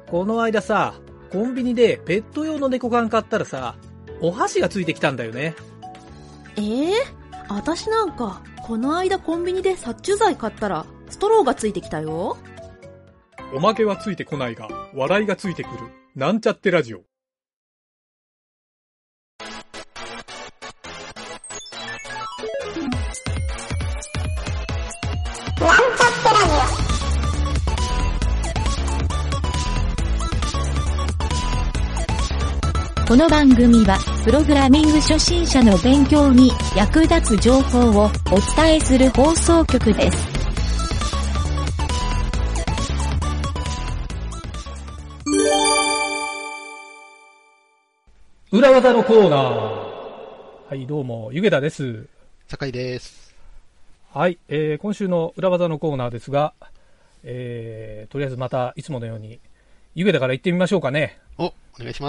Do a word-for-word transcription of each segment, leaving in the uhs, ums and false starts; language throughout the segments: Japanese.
この間さ、コンビニでペット用の猫缶買ったらさ、お箸がついてきたんだよね。 えー、私なんかこの間コンビニで殺虫剤買ったらストローがついてきたよ。 おまけはついてこないが笑いがついてくるなんちゃってラジオ。 この番組はプログラミング初心者の勉強に役立つ情報をお伝えする放送局です。 裏技のコーナー。はい、どうも、ゆげたです。 酒井です。 はい、えー、今週の裏技のコーナーですが、えー、とりあえずまたいつものように、ゆげたから行ってみましょうかね。 お、お願いします。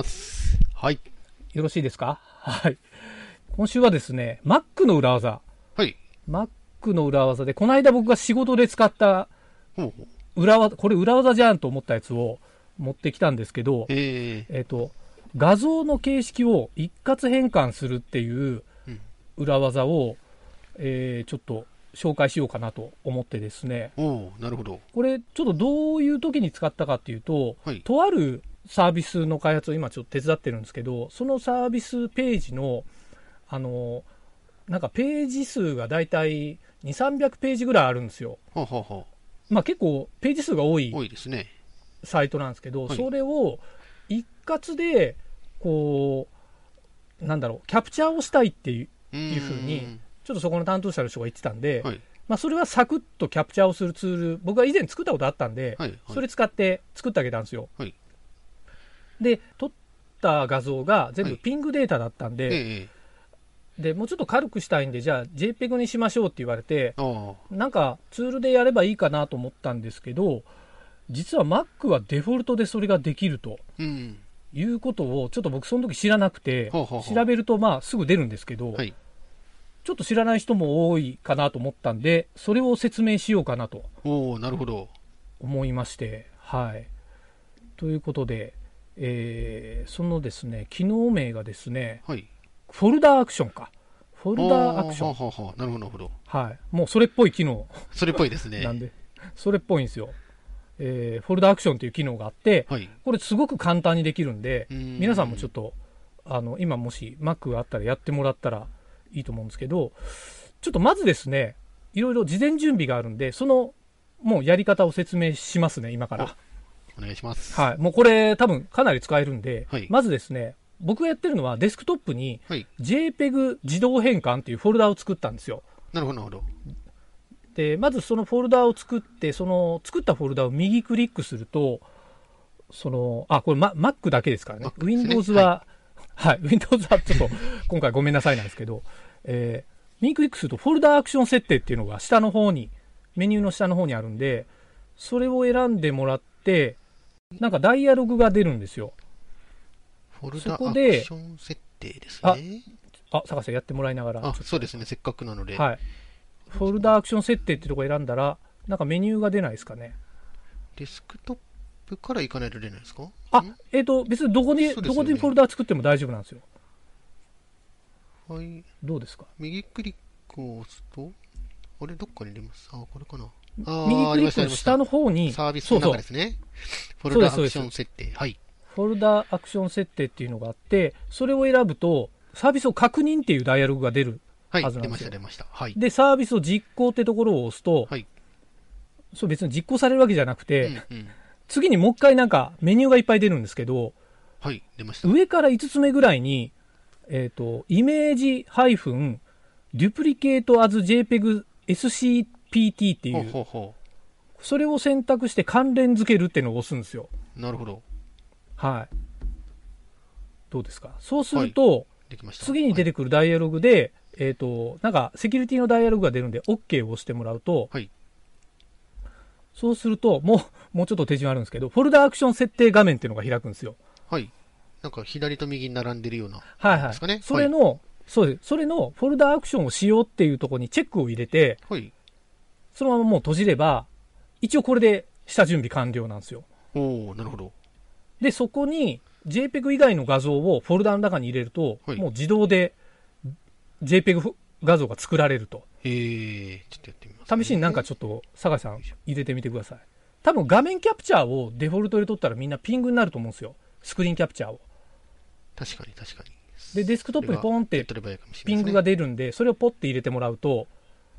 はい。 よろしいですか？はい。今週はですね、Mac の裏技。 はい。 Mac の裏技で、この間僕が仕事で使ったほうほう裏技、これ裏技じゃんと思ったやつを持ってきたんですけど、 えー、 えっと、画像の形式を一括変換するっていう裏技を、えー、ちょっと紹介しようかなと思ってですね。 おー、なるほど。 これちょっとどういう時に使ったかっていうと、 はい、とあるサービスの開発を今ちょっと手伝ってるんですけど、そのサービスページのあのなんかページ数がだいたいにひゃく、さんびゃくページぐらいあるんですよ。 はははまあ結構ページ数が多い多いですね。 サイトなんですけど、 はい、 それを一括でこうなんだろうキャプチャーをしたいっていういうふうにちょっとそこの担当者の人が言ってたんで、 はい、 まあそれはサクッとキャプチャーをするツール、僕は以前作ったことあったんで、 はいはい、 それ使って作ってあげたんですよ。 はい、 で撮った画像が全部ピングデータだったんで、はいええ、でもうちょっと軽くしたいんでじゃあ ジェイペグ にしましょうって言われて、なんかツールでやればいいかなと思ったんですけど、実は Mac はデフォルトでそれができると、うん、いうことをちょっと僕その時知らなくて、はあはあ、調べるとまあすぐ出るんですけど、はい、ちょっと知らない人も多いかなと思ったんで、それを説明しようかなとおなるほど思いまして、はい。ということで、えー、そのですね機能名がですね、はい、フォルダーアクションかフォルダーアクション、 はははなるほどなるほど、 はい、もうそれっぽい機能それっぽいですねなんでそれっぽいんですよ。えー、フォルダーアクションという機能があって、はい、これすごく簡単にできるんで、ん皆さんもちょっとあの今もし Mac があったらやってもらったらいいと思うんですけど、ちょっとまずですねいろいろ事前準備があるんで、そのもうやり方を説明しますね今から。 お願いします。 はい、もうこれ多分かなり使えるんで、はい、まずですね僕がやってるのはデスクトップに ジェイペグ 自動変換っていうフォルダを作ったんですよ。 なるほどなるほど。 でまずそのフォルダを作って、その作ったフォルダを右クリックすると、そのあこれ、ま、Mac だけですからね。 Mac ですね Windows は、はい、はい、Windows はちょっと今回ごめんなさいなんですけど、えー、右クリックするとフォルダアクション設定っていうのが下の方にメニューの下の方にあるんで、それを選んでもらってなんかダイアログが出るんですよ。 フォルダアクション設定ですね。 あ、坂瀬やってもらいながら。 あ、そうですね、せっかくなので。 はい。フォルダアクション設定ってとこ選んだら、なんかメニューが出ないですかね。 デスクトップから行かないと出ないですか？ あ、えっと、別にどこに、ね、どこでフォルダ作っても大丈夫なんですよ。 はい。 どうですか？ 右クリックを押すと、あれ、どっかに出ます。あ、これかな。 右クリックの下の方にサービスの中ですね。そうそうフォルダアクション設定。はい。 フォルダアクション設定っていうのがあって、それを選ぶとサービスを確認っていうダイアログが出るはずなんですよ。はい、 出ました出ました。はい。 でサービスを実行ってところを押すと、はい、そう別に実行されるわけじゃなくて、うんうん、次にもう一回なんかメニューがいっぱい出るんですけど、 はい出ました。 上からいつつめぐらいにえっとイメージハイフンデュプリケートアズ ジェイペグ エスシーピーティー っていう。ほうほうほうそれを選択して関連付けるっていうのを押すんですよ。 なるほど。 はい。どうですか。そうすると、 できました。 次に出てくるダイアログで、はい、えっと、なんかセキュリティのダイアログが出るんで OK を押してもらうと、はい、そうすると、もう、もうちょっと手順あるんですけど、フォルダアクション設定画面っていうのが開くんですよ。 はい。なんか左と右に並んでるような、 はいはい。ですかね。それの、はい、そうです。それのフォルダアクションをしようっていうところにチェックを入れて、はい、そのままもう閉じれば、一応これで下準備完了なんですよ。 おー、なるほど。 で、そこに JPEG 以外の画像をフォルダの中に入れると、 はい、 もう自動で JPEG 画像が作られると。 へー、ちょっとやってみます、ね。 試しになんかちょっと、酒井さん入れてみてください。多分画面キャプチャーをデフォルトで撮ったらみんなピングになると思うんですよ。スクリーンキャプチャーを。 確かに確かに。 で、デスクトップにポンってピングが出るんで、それをポッて入れてもらうと、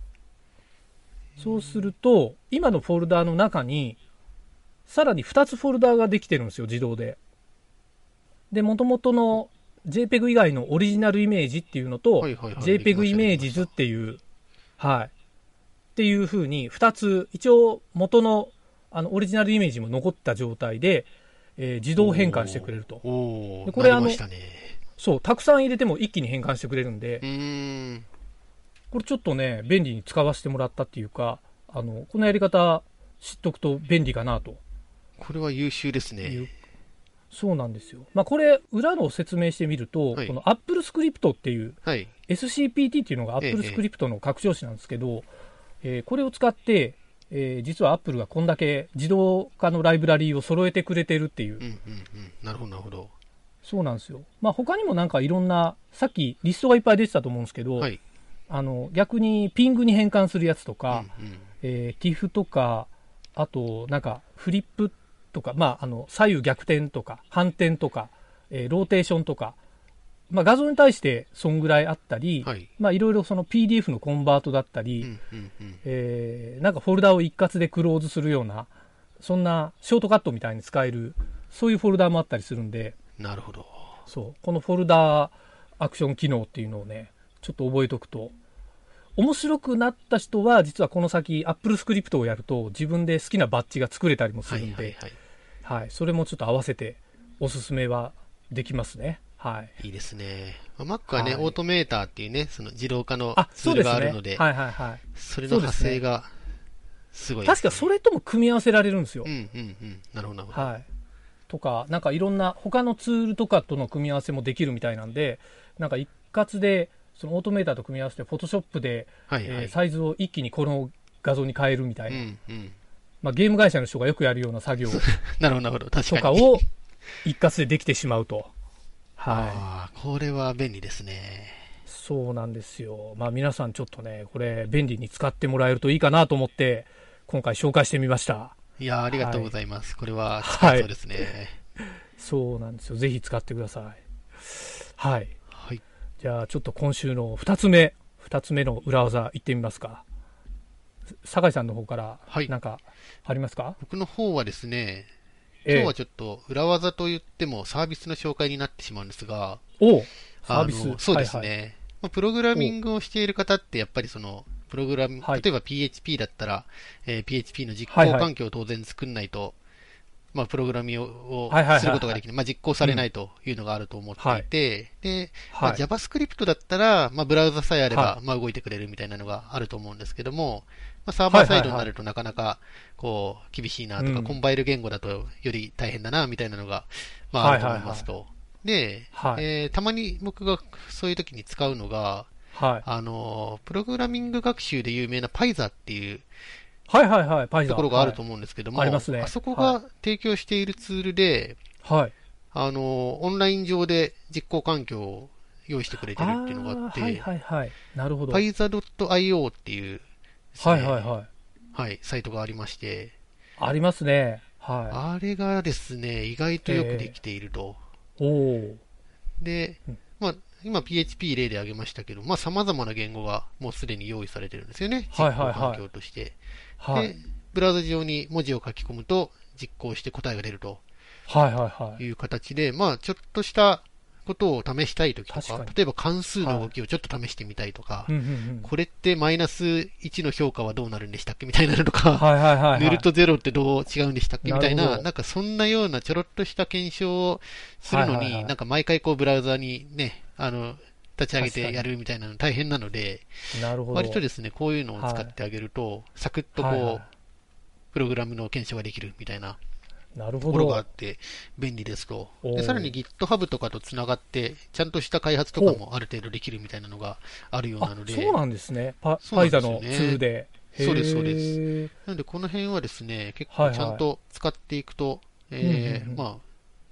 そうすると、今のフォルダーの中に、さらにふたつフォルダーができてるんですよ、自動で。で、元々の JPEG 以外のオリジナルイメージっていうのと、JPEG イメージズっていう、はい。っていう風にふたつ、一応元のあのオリジナルイメージも残った状態で、えー、自動変換してくれると。 おでこれあの、 ね、 そう、たくさん入れても一気に変換してくれるんで、 うーんこれちょっとね、便利に使わせてもらったっていうか、あの、このやり方知っとくと便利かなと。 これは優秀ですね。 そうなんですよ。まあ、これ、裏の説明してみると、はい、この Apple Script っていう、はい、エスシーピーティー っていうのが Apple Script の拡張子なんですけど、えええー、これを使って、えー、実は Apple がこんだけ自動化のライブラリーを揃えてくれてるっていう。うんうんうん、 なるほど、なるほど。 そうなんですよ。まあ、他にもなんかいろんな、さっきリストがいっぱい出てたと思うんですけど、はい、あの逆にピングに変換するやつとか、うんうんえー、ティフ とか、あとなんかフリップとか、まあ、あの左右逆転とか反転とか、えー、ローテーションとか、まあ、画像に対してそんぐらいあったり、はい、まあいろいろその ピーディーエフ のコンバートだったり、うんうんうんえー、なんかフォルダを一括でクローズするようなそんなショートカットみたいに使えるそういうフォルダもあったりするんで、 なるほど。 そうこのフォルダアクション機能っていうのをねちょっと覚えておくと面白くなった人は実はこの先 Apple Script をやると自分で好きなバッジが作れたりもするんで、はいはいはいはい、それもちょっと合わせておすすめはできますね。はい。 いいですね。Mac はね、はい、オートメーターっていうね、その自動化のツールがあるので、 はいはいはい。 それの派生がすごいですね。確かそれとも組み合わせられるんですよ。 うんうんうん。なるほどなるほど。 はい。とか、なんかいろんな他のツールとかとの組み合わせもできるみたいなんで、なんか一括でそのオートメーターと組み合わせて Photoshop で、はいはいえー、サイズを一気にこの画像に変えるみたいな。うんうんまあ、ゲーム会社の人がよくやるような作業なるほどなるほど確かにとかを一括でできてしまうと。はい、 あこれは便利ですね。 そうなんですよ。まあ皆さんちょっとねこれ便利に使ってもらえるといいかなと思って今回紹介してみました。 いやありがとうございます、はい、これは使えそうですね、はい、 そうなんですよ。ぜひ使ってください。はい、 はい、 じゃあちょっと今週のふたつめふたつめの裏技いってみますか。酒井さんの方から何かありますか。はい、 僕の方はですね今日はちょっと裏技と言ってもサービスの紹介になってしまうんですが、 おサービスそうですね、はいはいまあ、プログラミングをしている方ってやっぱりそのプログラミング、はい、例えば ピーエイチピー だったら、えー、ピーエイチピー の実行環境を当然作んないと、はいはいまあ、プログラミングをすることができない、まあ、実行されないというのがあると思っていて、うんでまあ、JavaScript だったら、まあ、ブラウザさえあれば、はいまあ、動いてくれるみたいなのがあると思うんですけども、まあ、サーバーサイドになるとなかなかこう厳しいなとか、うん、コンパイル言語だとより大変だなみたいなのが、まあ、あると思いますと。はいはいはい、で、はいえー、たまに僕がそういう時に使うのが、はい、あのプログラミング学習で有名な Python っていうはいはいはい、Python ところがあると思うんですけども、 はい、ありますね。 あそこが提供しているツールで、はい、あのオンライン上で実行環境を用意してくれてるっていうのがあって、 はいはいはい、なるほど。 Python ドットアイオー っていう、ね、 はいはいはい、 はい、サイトがありまして、 ありますね。はい。 あれがですね、意外とよくできていると。 えー、おで、まあ、今 ピーエイチピー 例で挙げましたけど、まあ様々な言語がもうすでに用意されてるんですよね。実行環境として。はいはいはい、で、ブラウザ上に文字を書き込むと実行して答えが出ると。はいはいはい。いう形で、まあちょっとしたことを試したいときとか、例えば関数の動きをちょっと試してみたいとか、はいこれってマイナスいちの評価はどうなるんでしたっけみたいなのとか、はいはいはいはい、ヌルとゼロってどう違うんでしたっけみたいな、なんかそんなようなちょろっとした検証をするのに、はいはいはい、なんか毎回こうブラウザにね、あの、立ち上げてやるみたいなの大変なので、なるほど割とですね、こういうのを使ってあげると、はい、サクッとこう、はいはい、プログラムの検証ができるみたいな。なるほどところがあって便利ですと。でさらに GitHub とかとつながってちゃんとした開発とかもある程度できるみたいなのがあるようなので。 そうなんですね。パイザのツールで。 そうですそうです。なのでこの辺はですね結構ちゃんと使っていくと、はいはい、えー、まあ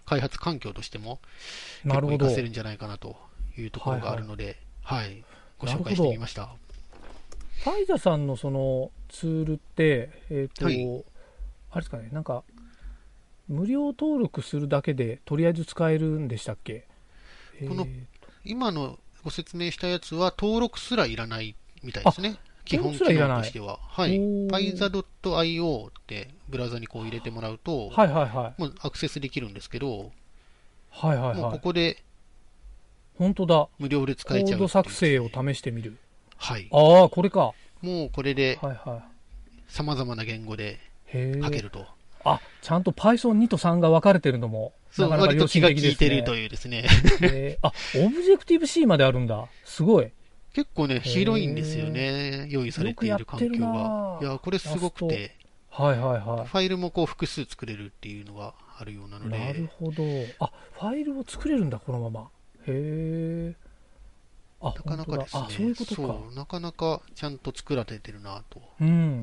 開発環境としても、結構活かせるんじゃないかなというところがあるので、はい、はいはい、ご紹介してみました。 ファイザさんのそのツールって、えーとはい、あれですかね、なんか、無料登録するだけでとりあえず使えるんでしたっけ？ この、えー、今のご説明したやつは登録すらいらないみたいですね。基本機能としては。はい。ファイザ ドットアイオー ってブラウザにこう入れてもらうと、 はいはいはい。 もうアクセスできるんですけど、 はいはいはい。 もうここで、 本当だ。 無料で使えちゃう、ね。 コード作成を試してみる。 はい。 ああ、これか。 もうこれで、 はいはい。 様々な言語で書けると。 あ、ちゃんと パイソンに とさんが分かれてるのも、 そう、なかなか割と気が利いてるというですね。 えー、あ、オブジェクティブ C まであるんだ。すごい。 結構ね、広いんですよね。用意されている環境が。いや、これすごくて。 はいはいはい。 ファイルもこう複数作れるっていうのがあるようなので。 なるほど。あ、ファイルを作れるんだ、このまま。へえ。 あ、なかなかですね。 あ、そういうことか。そう、なかなかちゃんと作られてるなと。 うん、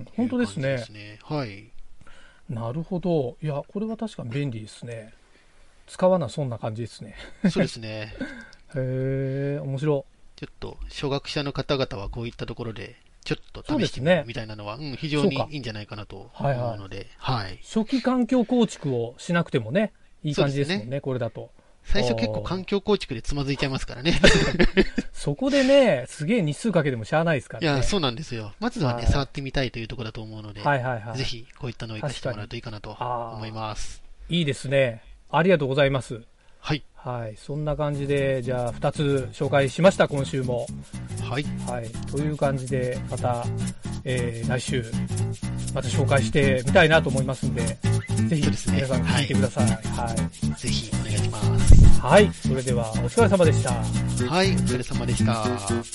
本当ですね。 ですね。はい。 なるほど。いや、これは確かに便利ですね。使わなそんな感じですね。 そうですね。 へえ、面白い。 ちょっと初学者の方々はこういったところでちょっと試してみるみたいなのは、うね、うん、非常にいいんじゃないかなと思うので、はいはい、 初期環境構築をしなくてもね、いい感じですもん ね, ねこれだと。 最初結構環境構築でつまずいちゃいますからね。 そこでね、すげえ日数かけてもしゃあないですからね。 いや、そうなんですよ。まずはね、はい、触ってみたいというところだと思うので、 はいはいはい、 ぜひこういったのを活かしてもらうといいかなと思います。 いいですね。ありがとうございます。 はい。 はい。そんな感じで、じゃあふたつ紹介しました、今週も。 はい。 はい。という感じで、また、えー、来週、また紹介してみたいなと思いますんで、ぜひ、皆さん聞いてください。はい。はい、 ぜひ、お願いします。 はい。それでは、お疲れ様でした。 はい、お疲れ様でした。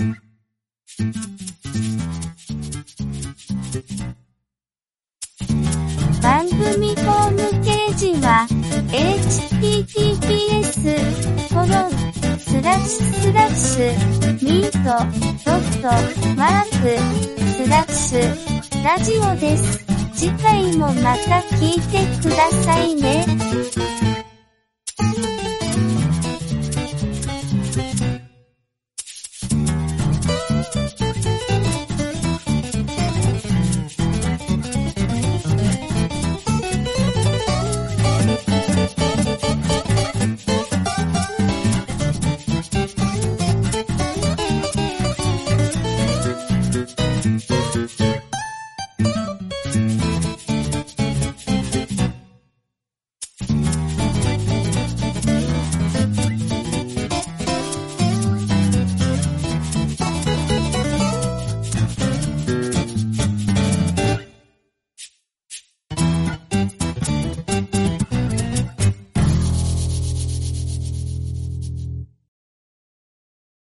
番組ホームページは エイチティーティーピーエス コロンスラッシュスラッシュミートドットマークスラッシュラジオです。次回もまた聞いてくださいね。